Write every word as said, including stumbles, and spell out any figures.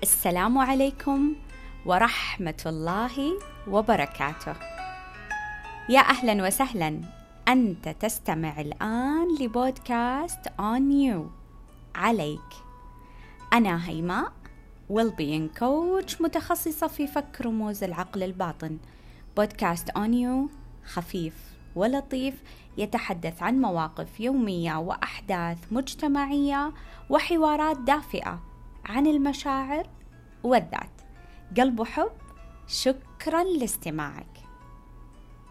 السلام عليكم ورحمة الله وبركاته. يا أهلا وسهلا، أنت تستمع الآن لبودكاست On You عليك. أنا هيماء Wellbeing Coach متخصصة في فك رموز العقل الباطن. بودكاست On You خفيف ولطيف، يتحدث عن مواقف يومية وأحداث مجتمعية وحوارات دافئة عن المشاعر والذات. قلب وحب، شكرا لاستماعك.